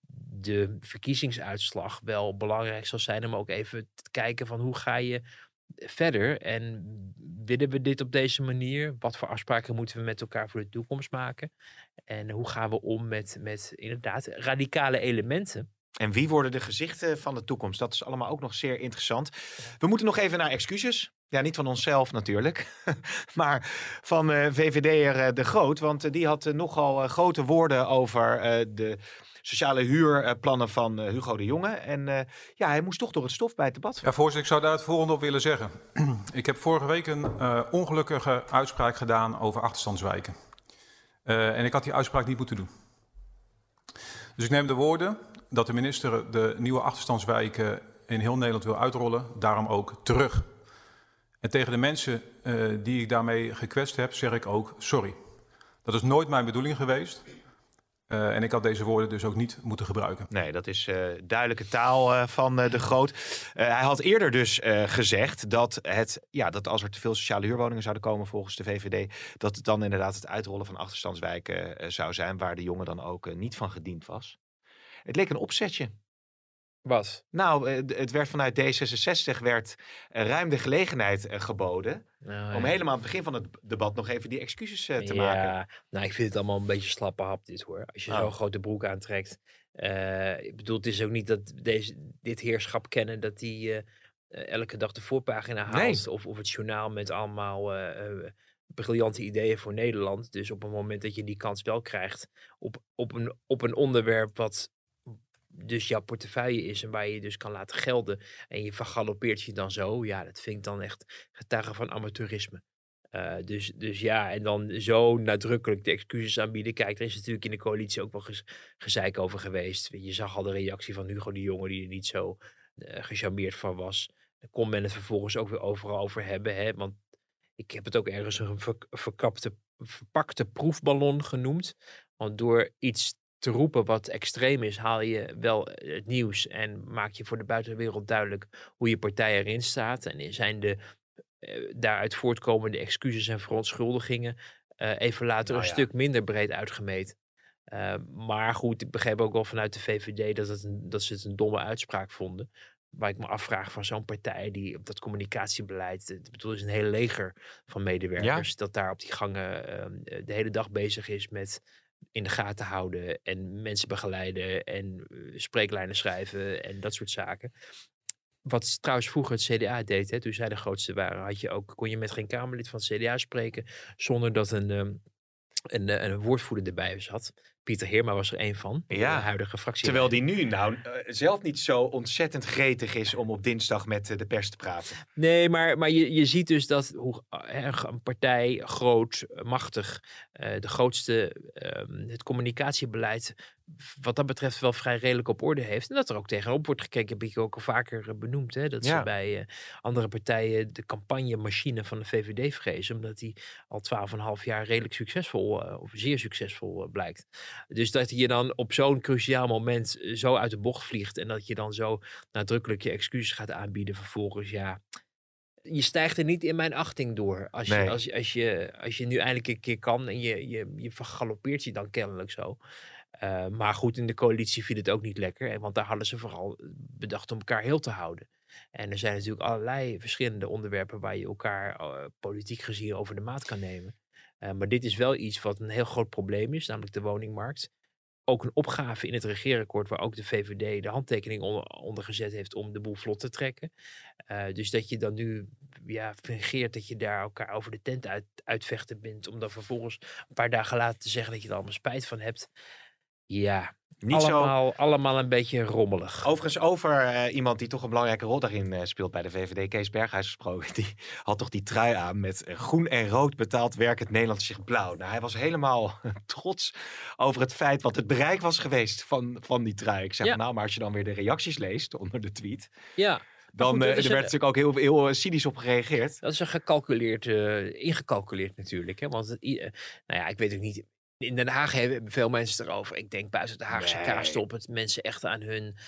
de verkiezingsuitslag wel belangrijk zal zijn om ook even te kijken van hoe ga je verder en willen we dit op deze manier? Wat voor afspraken moeten we met elkaar voor de toekomst maken? En hoe gaan we om met inderdaad radicale elementen? En wie worden de gezichten van de toekomst? Dat is allemaal ook nog zeer interessant. We moeten nog even naar excuses. Ja, niet van onszelf natuurlijk, maar van VVD'er De Groot. Want die had nogal grote woorden over de sociale huurplannen van Hugo de Jonge. En hij moest toch door het stof bij het debat. Ja, voorzitter, ik zou daar het volgende op willen zeggen. Ik heb vorige week een ongelukkige uitspraak gedaan over achterstandswijken. En ik had die uitspraak niet moeten doen. Dus ik neem de woorden dat de minister de nieuwe achterstandswijken in heel Nederland wil uitrollen, daarom ook terug. En tegen de mensen die ik daarmee gekwetst heb, zeg ik ook sorry. Dat is nooit mijn bedoeling geweest. En ik had deze woorden dus ook niet moeten gebruiken. Nee, dat is duidelijke taal van De Groot. Hij had eerder dus gezegd dat dat als er te veel sociale huurwoningen zouden komen volgens de VVD, dat het dan inderdaad het uitrollen van achterstandswijken zou zijn, waar de jongen dan ook niet van gediend was. Het leek een opzetje. Wat? Nou, het werd vanuit D66 ruim de gelegenheid geboden om helemaal aan het begin van het debat nog even die excuses te maken. Nou, ik vind het allemaal een beetje slappe hap dit hoor. Als je zo'n grote broek aantrekt. Ik bedoel, het is ook niet dat dit heerschap kennen dat die elke dag de voorpagina haalt. Nee. Of het journaal met allemaal briljante ideeën voor Nederland. Dus op het moment dat je die kans wel krijgt op een onderwerp wat dus jouw portefeuille is en waar je dus kan laten gelden en je vergalopeert je dan zo, ja, dat vind ik dan echt getuige van amateurisme. Dus ja, en dan zo nadrukkelijk de excuses aanbieden. Kijk, er is natuurlijk in de coalitie ook wel gezeik over geweest. Je zag al de reactie van Hugo de Jonge die er niet zo gecharmeerd van was. Dan kon men het vervolgens ook weer overal over hebben, hè? Want Ik heb het ook ergens een verpakte proefballon genoemd. Want door iets te roepen wat extreem is, haal je wel het nieuws en maak je voor de buitenwereld duidelijk hoe je partij erin staat. En zijn de daaruit voortkomende excuses en verontschuldigingen even later een stuk minder breed uitgemeten. Maar goed, ik begreep ook wel vanuit de VVD dat ze het een domme uitspraak vonden. Waar ik me afvraag van zo'n partij die op dat communicatiebeleid, ik bedoel, is een heel leger van medewerkers, dat daar op die gangen de hele dag bezig is met in de gaten houden en mensen begeleiden en spreeklijnen schrijven en dat soort zaken. Wat trouwens vroeger het CDA deed, toen zij de grootste waren, kon je met geen Kamerlid van het CDA spreken zonder dat een woordvoerder erbij zat. Pieter Heerma was er één van, de huidige fractie. Terwijl die nu zelf niet zo ontzettend gretig is om op dinsdag met de pers te praten. Nee, maar je ziet dus dat een partij groot, machtig, de grootste, het communicatiebeleid wat dat betreft wel vrij redelijk op orde heeft. En dat er ook tegenop wordt gekeken, heb ik ook al vaker benoemd. Hè, dat ze bij andere partijen de campagnemachine van de VVD vrezen. Omdat die al 12,5 jaar redelijk succesvol of zeer succesvol blijkt. Dus dat je dan op zo'n cruciaal moment zo uit de bocht vliegt. En dat je dan zo nadrukkelijk je excuses gaat aanbieden vervolgens. Ja, je stijgt er niet in mijn achting door. Als je nu eindelijk een keer kan en je vergalopeert je dan kennelijk zo. Maar goed, in de coalitie viel het ook niet lekker. Want daar hadden ze vooral bedacht om elkaar heel te houden. En er zijn natuurlijk allerlei verschillende onderwerpen waar je elkaar politiek gezien over de maat kan nemen. Maar dit is wel iets wat een heel groot probleem is, namelijk de woningmarkt. Ook een opgave in het regeerakkoord waar ook de VVD de handtekening onder gezet heeft om de boel vlot te trekken. Dus dat je dan nu fingeert dat je daar elkaar over de tent uitvechten bent, om dan vervolgens een paar dagen later te zeggen dat je er allemaal spijt van hebt. Ja, allemaal een beetje rommelig. Overigens over iemand die toch een belangrijke rol daarin speelt bij de VVD, Kees Berghuis gesproken. Die had toch die trui aan met groen en rood betaald werk het Nederland zich blauw. Nou, hij was helemaal trots over het feit wat het bereik was geweest van die trui. Ik zeg maar als je dan weer de reacties leest onder de tweet. Ja. Dan er werd natuurlijk ook heel cynisch op gereageerd. Dat is ingecalculeerd natuurlijk. Hè? Want ik weet ook niet. In Den Haag hebben veel mensen erover. Ik denk buiten de Haagse kaarstop het mensen echt aan hun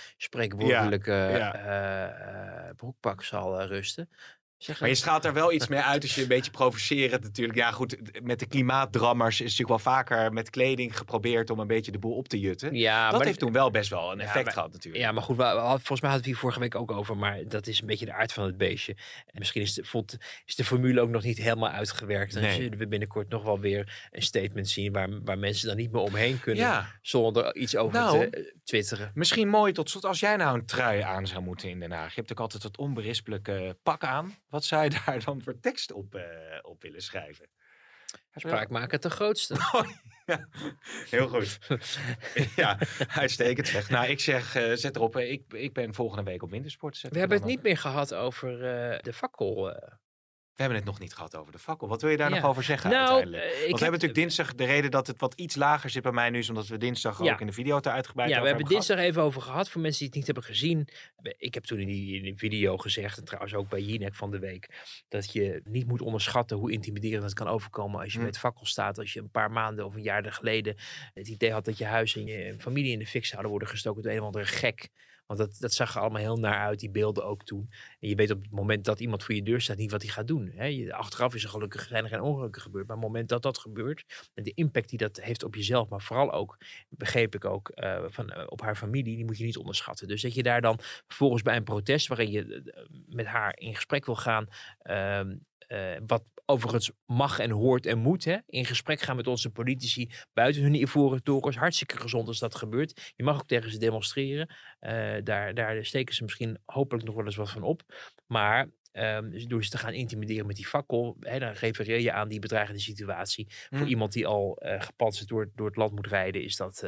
spreekwoordelijke broekpak zal rusten. Maar je straalt er wel iets meer uit als je een beetje provocerend natuurlijk. Ja goed, met de klimaatdrammers is natuurlijk wel vaker met kleding geprobeerd om een beetje de boel op te jutten. Ja, dat heeft toen wel best wel een effect gehad natuurlijk. Ja, maar goed, volgens mij hadden we hier vorige week ook over. Maar dat is een beetje de aard van het beestje. En misschien is de formule ook nog niet helemaal uitgewerkt. Dan zullen we binnenkort nog wel weer een statement zien waar mensen dan niet meer omheen kunnen. Zonder er iets over te twitteren. Misschien mooi tot slot, als jij nou een trui aan zou moeten in Den Haag. Je hebt ook altijd het onberispelijke pak aan. Wat zou je daar dan voor tekst op willen schrijven? Spraakmaker ten grootste. Ja, heel goed. Ja, uitstekend zeg. Nou, ik zeg, zet erop. Ik ben volgende week op wintersport. We hebben het niet meer gehad over de fakkel. We hebben het nog niet gehad over de fakkel. Wat wil je daar nog over zeggen uiteindelijk? Want we hebben natuurlijk dinsdag, de reden dat het wat iets lager zit bij mij nu is omdat we dinsdag ook in de video te uitgebreid over we hebben dinsdag even over gehad. Voor mensen die het niet hebben gezien. Ik heb toen in die video gezegd, en trouwens ook bij Jinek van de week, dat je niet moet onderschatten hoe intimiderend het kan overkomen als je met fakkel staat. Als je een paar maanden of een jaar geleden het idee had dat je huis en je familie in de fik zouden worden gestoken door een of andere gek. Want dat zag er allemaal heel naar uit, die beelden ook toen. En je weet op het moment dat iemand voor je deur staat niet wat hij gaat doen. Hè? Achteraf zijn er geen ongelukken gebeurd. Maar op het moment dat dat gebeurt, en de impact die dat heeft op jezelf, maar vooral ook, begreep ik ook, op haar familie, die moet je niet onderschatten. Dus dat je daar dan vervolgens bij een protest, waarin je met haar in gesprek wil gaan, wat overigens mag en hoort en moet, hè, in gesprek gaan met onze politici buiten hun ivoren torens. Hartstikke gezond als dat gebeurt. Je mag ook tegen ze demonstreren. Daar steken ze misschien hopelijk nog wel eens wat van op. Maar door ze te gaan intimideren met die fakkel, dan refereer je aan die bedreigende situatie. Voor iemand die al gepantserd door het land moet rijden, is dat,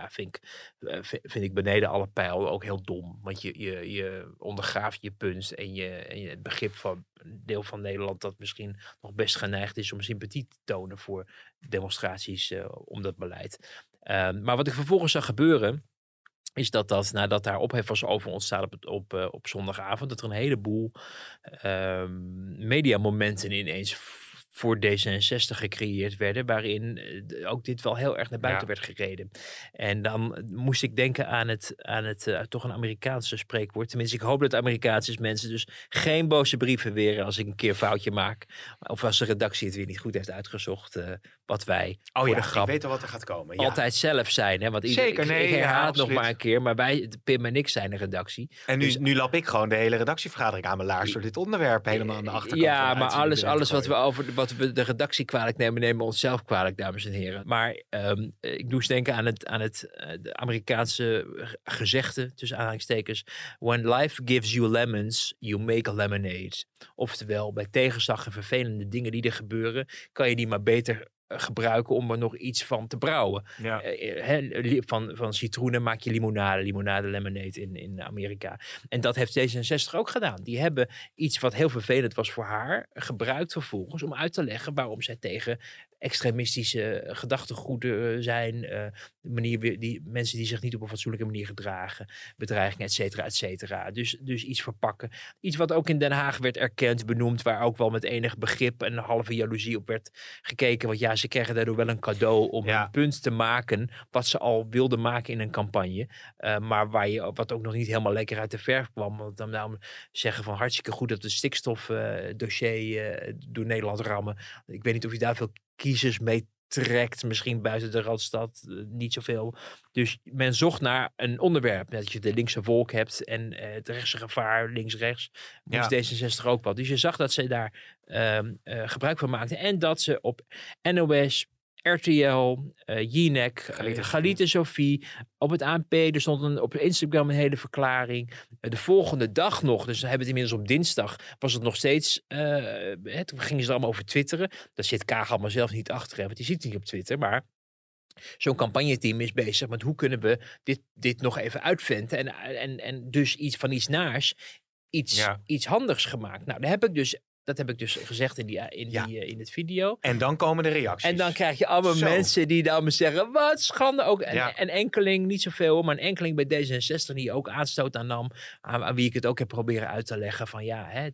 vind ik beneden alle pijl ook heel dom. Want je ondergraaft je punt en je het begrip van een deel van Nederland dat misschien nog best geneigd is om sympathie te tonen voor demonstraties om dat beleid. Maar wat er vervolgens zag gebeuren, is dat nadat daar ophef was over ontstaan op zondagavond, dat er een heleboel mediamomenten ineens voor D66 gecreëerd werden, waarin ook dit wel heel erg naar buiten werd gereden. En dan moest ik denken aan het toch een Amerikaanse spreekwoord. Tenminste, ik hoop dat het Amerikaans is, mensen. Dus geen boze brieven weer als ik een keer een foutje maak. Of als de redactie het weer niet goed heeft uitgezocht. Wat wij voor de grap ik weet al wat er gaat komen. altijd zelf zijn. Hè? Want Zeker, ik herhaal het nog absoluut. maar een keer. Maar wij, Pim en ik, zijn de redactie. En nu lap ik gewoon de hele redactievergadering aan mijn laars door dit onderwerp helemaal aan de achterkant. Ja, van de maar uitzending alles te wat we de redactie kwalijk nemen, nemen we onszelf kwalijk, dames en heren. Maar ik doe eens denken aan de Amerikaanse gezegde, tussen aanhalingstekens. When life gives you lemons, you make a lemonade. Oftewel, bij tegenslag en vervelende dingen die er gebeuren, kan je die maar beter gebruiken om er nog iets van te brouwen. Ja. Van citroenen maak je limonade lemonade in Amerika. En dat heeft D66 ook gedaan. Die hebben iets wat heel vervelend was voor haar gebruikt vervolgens om uit te leggen waarom zij tegen extremistische gedachtegoeden zijn, die mensen die zich niet op een fatsoenlijke manier gedragen, bedreigingen, et cetera. Dus iets verpakken. Iets wat ook in Den Haag werd erkend, benoemd, waar ook wel met enig begrip en een halve jaloezie op werd gekeken. Want ja, ze kregen daardoor wel een cadeau om een punt te maken wat ze al wilden maken in een campagne. Maar wat ook nog niet helemaal lekker uit de verf kwam. Want dan zeggen van hartstikke goed dat het stikstofdossier door Nederland rammen. Ik weet niet of je daar veel kiezers mee trekt, misschien buiten de Randstad, niet zoveel. Dus men zocht naar een onderwerp. Dat je de linkse wolk hebt en het rechtse gevaar, links-rechts. Moest D66 ook wat. Dus je zag dat ze daar gebruik van maakten. En dat ze op NOS, RTL, Jinek, Galit en Sophie, op het ANP, er stond op Instagram een hele verklaring. De volgende dag nog, dus we hebben het inmiddels op dinsdag, was het nog steeds, toen gingen ze er allemaal over twitteren. Daar zit Kaag allemaal zelf niet achter, want die zit niet op Twitter, maar zo'n campagneteam is bezig met hoe kunnen we dit nog even uitventen en dus iets naars, iets handigs gemaakt. Nou, dat heb ik dus gezegd in het video. En dan komen de reacties. En dan krijg je allemaal mensen die dan zeggen, wat schande ook. En enkeling, niet zoveel, maar een enkeling bij D66 die ook aanstoot aan nam, aan wie ik het ook heb proberen uit te leggen van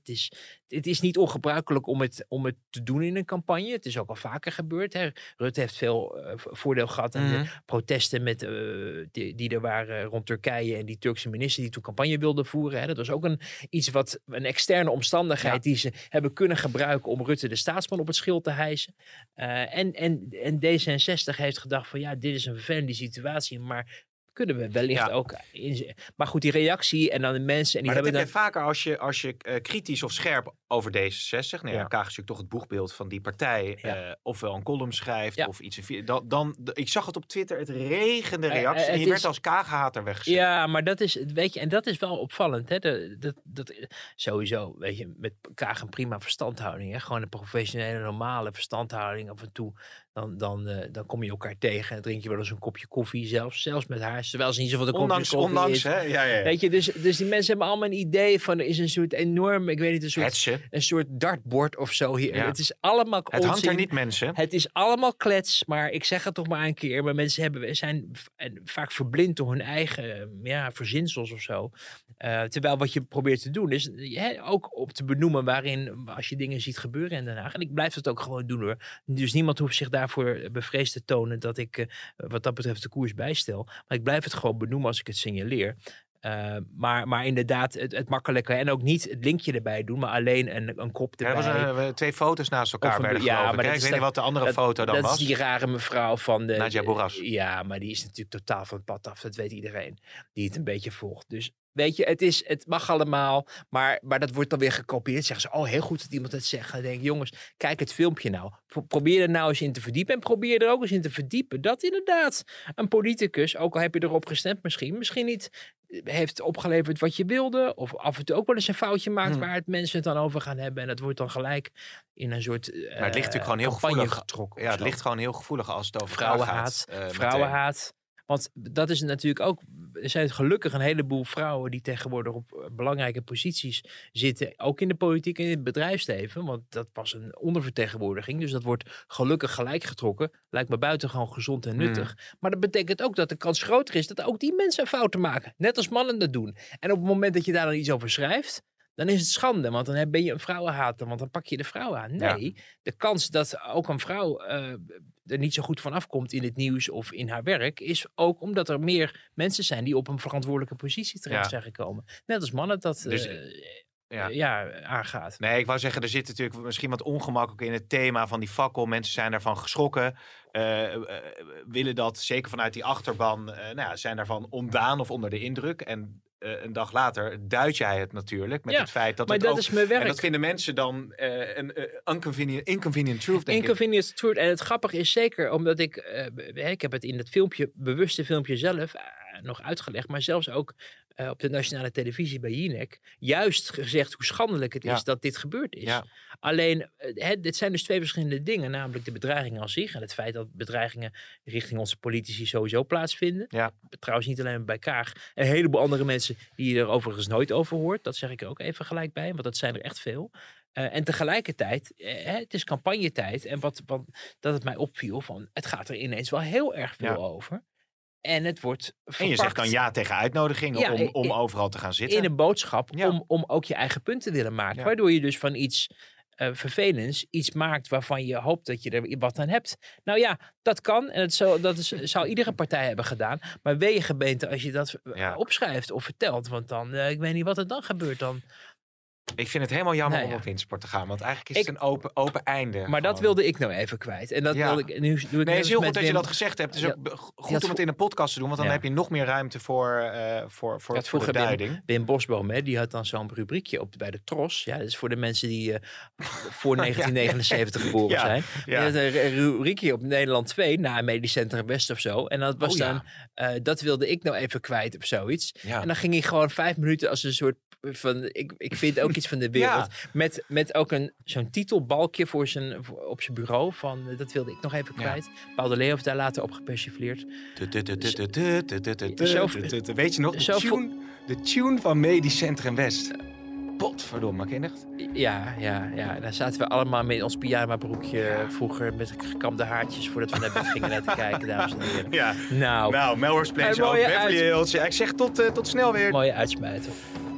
het is niet ongebruikelijk om het te doen in een campagne. Het is ook al vaker gebeurd. Hè. Rutte heeft veel voordeel gehad aan de protesten die er waren rond Turkije en die Turkse minister die toen campagne wilde voeren. Hè. Dat was ook een externe omstandigheid die ze hebben kunnen gebruiken om Rutte de staatsman op het schild te hijsen. En D66 heeft gedacht van dit is een vervelende situatie, maar kunnen we wellicht ook maar goed, die reactie en dan de mensen. En die maar dat hebben heb je vaker als je kritisch of scherp over D66. Nou Kaag is natuurlijk toch het boegbeeld van die partij. Ofwel een column schrijft of iets. Ik zag het op Twitter, het regende reacties. En je werd als Kaag-hater weggezet. Ja, maar dat is, weet je, en dat is wel opvallend. Hè? Dat sowieso, weet je, met Kaag een prima verstandhouding. Hè? Gewoon een professionele, normale verstandhouding af en toe. Dan kom je elkaar tegen en drink je wel eens een kopje koffie, zelfs met haar. Terwijl ze niet zoveel de kopjes koffie ondanks, is. Hè? Ja. Weet je, dus die mensen hebben allemaal een idee van, er is een soort enorm, ik weet niet, een soort dartbord of zo hier. Ja. Het is allemaal Het hangt er niet, mensen. Het is allemaal klets, maar ik zeg het toch maar een keer. Maar mensen zijn vaak verblind door hun eigen verzinsels of zo. Terwijl wat je probeert te doen is ook op te benoemen waarin, als je dingen ziet gebeuren in Den Haag. En ik blijf het ook gewoon doen hoor. Dus niemand hoeft zich daarvoor bevreesd te tonen dat ik wat dat betreft de koers bijstel. Maar ik blijf het gewoon benoemen als ik het signaleer. Maar inderdaad, het makkelijker. En ook niet het linkje erbij doen, maar alleen een kop erbij. Er was 2 foto's naast elkaar bij de geloof ik. Ik weet niet wat de andere foto dan was. Dat is die rare mevrouw van de... Nadia Bourras. Ja, maar die is natuurlijk totaal van het pad af. Dat weet iedereen die het een beetje volgt. Dus weet je, het mag allemaal, maar dat wordt dan weer gekopieerd. Zeggen ze, heel goed dat iemand het zegt. Dan denk ik, jongens, kijk het filmpje nou. Probeer er nou eens in te verdiepen. En probeer er ook eens in te verdiepen dat inderdaad een politicus, ook al heb je erop gestemd misschien niet heeft opgeleverd wat je wilde. Of af en toe ook wel eens een foutje maakt waar het mensen het dan over gaan hebben. En dat wordt dan gelijk in een soort maar het ligt natuurlijk gewoon heel gevoelig getrokken. Ja, het ligt gewoon heel gevoelig als het over vrouwenhaat. Want dat is natuurlijk ook, er zijn gelukkig een heleboel vrouwen die tegenwoordig op belangrijke posities zitten. Ook in de politiek en in het bedrijfsleven. Want dat was een ondervertegenwoordiging. Dus dat wordt gelukkig gelijk getrokken. Lijkt me buitengewoon gezond en nuttig. Maar dat betekent ook dat de kans groter is dat ook die mensen fouten maken. Net als mannen dat doen. En op het moment dat je daar dan iets over schrijft, dan is het schande. Want dan ben je een vrouwenhater, want dan pak je de vrouw aan. Nee, de kans dat ook een vrouw er niet zo goed van afkomt in het nieuws of in haar werk, is ook omdat er meer mensen zijn die op een verantwoordelijke positie terecht zijn gekomen. Net als mannen dat aangaat. Nee, ik wou zeggen, er zit natuurlijk misschien wat ongemak ook in het thema van die fakkel. Mensen zijn daarvan geschrokken. Willen dat, zeker vanuit die achterban, zijn daarvan ontdaan of onder de indruk. En een dag later duid jij het natuurlijk met het feit dat maar het dat ook... is mijn werk. En dat vinden mensen dan een inconvenient truth, denk ik. Inconvenient truth. En het grappige is zeker, omdat ik heb het in het bewuste filmpje zelf nog uitgelegd, maar zelfs ook op de nationale televisie bij Jinek juist gezegd hoe schandelijk het is dat dit gebeurd is. Ja. Alleen, dit zijn dus twee verschillende dingen, namelijk de bedreigingen als zich en het feit dat bedreigingen richting onze politici sowieso plaatsvinden. Ja. Trouwens niet alleen bij Kaag. Een heleboel andere mensen die je er overigens nooit over hoort. Dat zeg ik er ook even gelijk bij, want dat zijn er echt veel. En tegelijkertijd, het is campagnetijd en dat het mij opviel van, het gaat er ineens wel heel erg veel over. En het wordt verpakt. En je zegt dan ja tegen uitnodigingen om overal te gaan zitten. In een boodschap om ook je eigen punt te willen maken. Ja. Waardoor je dus van iets vervelends iets maakt waarvan je hoopt dat je er wat aan hebt. Nou ja, dat kan. En zou iedere partij hebben gedaan. Maar wee gemeente als je dat opschrijft of vertelt. Want dan, ik weet niet wat er dan gebeurt dan. Ik vind het helemaal jammer om op wintersport te gaan. Want eigenlijk is het een open einde. Maar gewoon. Dat wilde ik nou even kwijt. En dat wilde ik, nu doe ik het is heel goed dat je dat gezegd hebt. Het is ook goed om het in een podcast te doen. Want dan heb je nog meer ruimte voor de duiding. Wim Bosboom, die had dan zo'n rubriekje bij de Tros. Ja, dat is voor de mensen die voor 1979 geboren zijn. Die had een rubriekje op Nederland 2. Na Medisch Centrum West of zo. En dat was dan... dat wilde ik nou even kwijt of zoiets. Ja. En dan ging ik gewoon 5 minuten als een soort... van ik vind ook iets van de wereld. Met ook zo'n titelbalkje op zijn bureau. Dat wilde ik nog even kwijt. Paul de Leeuw heeft daar later op gepersifleerd. Weet je nog? De tune van Medisch Centrum West. Potverdomme, ken je echt? Ja. Daar zaten we allemaal met ons pyjama broekje vroeger met gekamde haartjes voordat we naar bed gingen naar te kijken, dames en heren. Ja. Nou, Melrose Place ook, Beverly Hills. Ik zeg tot snel weer. Mooie uitsmijter.